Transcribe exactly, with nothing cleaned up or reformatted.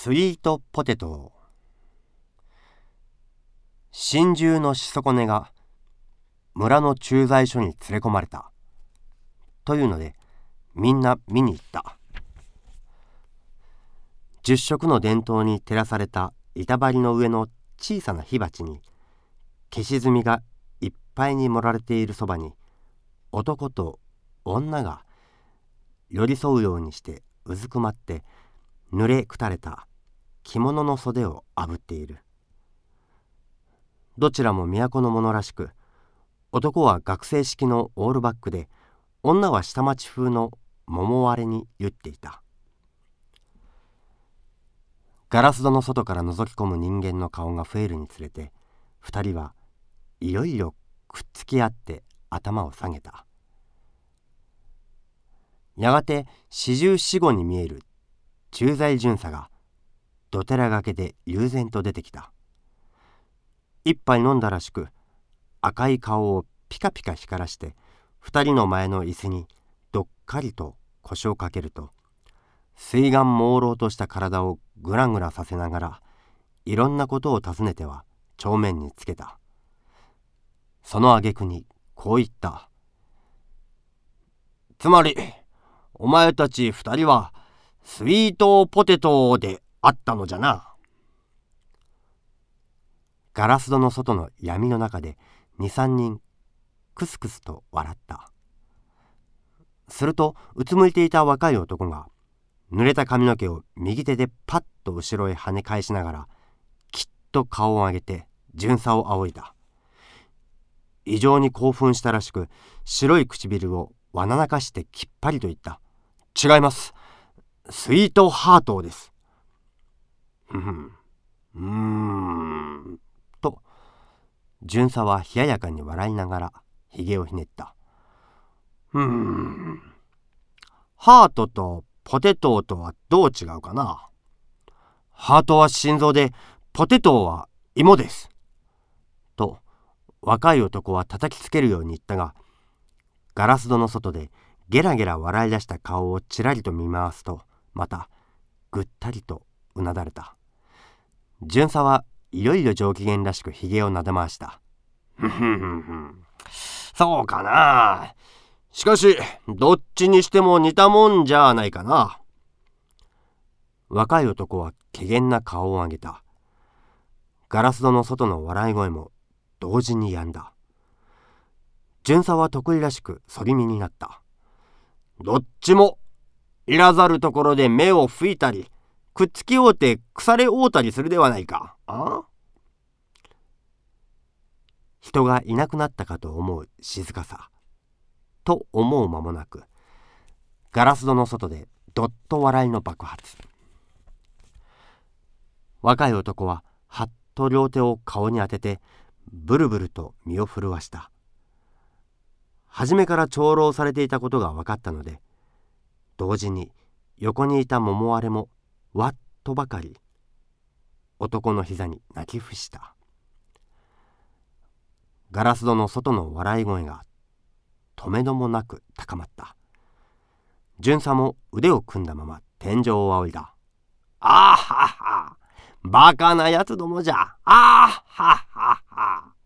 スイートポテト。心中のし損ねが村の駐在所に連れ込まれたというので、みんな見に行った。十色の電灯に照らされた板張りの上の小さな火鉢に消し炭がいっぱいに盛られているそばに、男と女が寄り添うようにしてうずくまって濡れくたれた着物の袖をあぶっている。どちらも都のものらしく、男は学生式のオールバックで、女は下町風の桃割れに結っていた。ガラス戸の外から覗き込む人間の顔が増えるにつれて、二人はいよいよくっつき合って頭を下げた。やがて四十四五に見える駐在巡査がどてらがけで悠然と出てきた。一杯飲んだらしく、赤い顔をピカピカ光らして二人の前の椅子にどっかりと腰をかけると、水眼朦朧とした体をぐらぐらさせながらいろんなことを尋ねては帳面につけた。その挙句にこう言った。つまりお前たち二人はスイートポテトであったのじゃな。ガラス戸の外の闇の中で二三人クスクスと笑った。するとうつむいていた若い男が濡れた髪の毛を右手でパッと後ろへ跳ね返しながら、きっと顔を上げて巡査を仰いだ。異常に興奮したらしく、白い唇をわななかしてきっぱりと言った。違います。スイートハートです。ふふん。うーん。と、巡査は冷ややかに笑いながらひげをひねった。うーん。ハートとポテトとはどう違うかな。ハートは心臓で、ポテトは芋です。と、若い男は叩きつけるように言ったが、ガラス戸の外でゲラゲラ笑い出した顔をちらりと見回すと、またぐったりとうなだれた。巡査はいよいよ上機嫌らしくひげをなで回した。ふふふふ。そうかな。しかしどっちにしても似たもんじゃないかな。若い男は怪げな顔を上げた。ガラス戸の外の笑い声も同時に止んだ。巡査は得意らしく反り身になった。どっちもいらざるところで目を吹いたり、くっつきおうて腐れおうたりするではないか。あ？人がいなくなったかと思う静かさ。と思う間もなく、ガラス戸の外でどっと笑いの爆発。若い男ははっと両手を顔に当ててブルブルと身を震わした。初めから長老されていたことが分かったので、同時に横にいた桃割れもわっとばかり男の膝に泣き伏した。ガラス戸の外の笑い声が止めどもなく高まった。巡査も腕を組んだまま天井を仰いだ。あーはっは、バカなやつどもじゃ。あーはっはっは。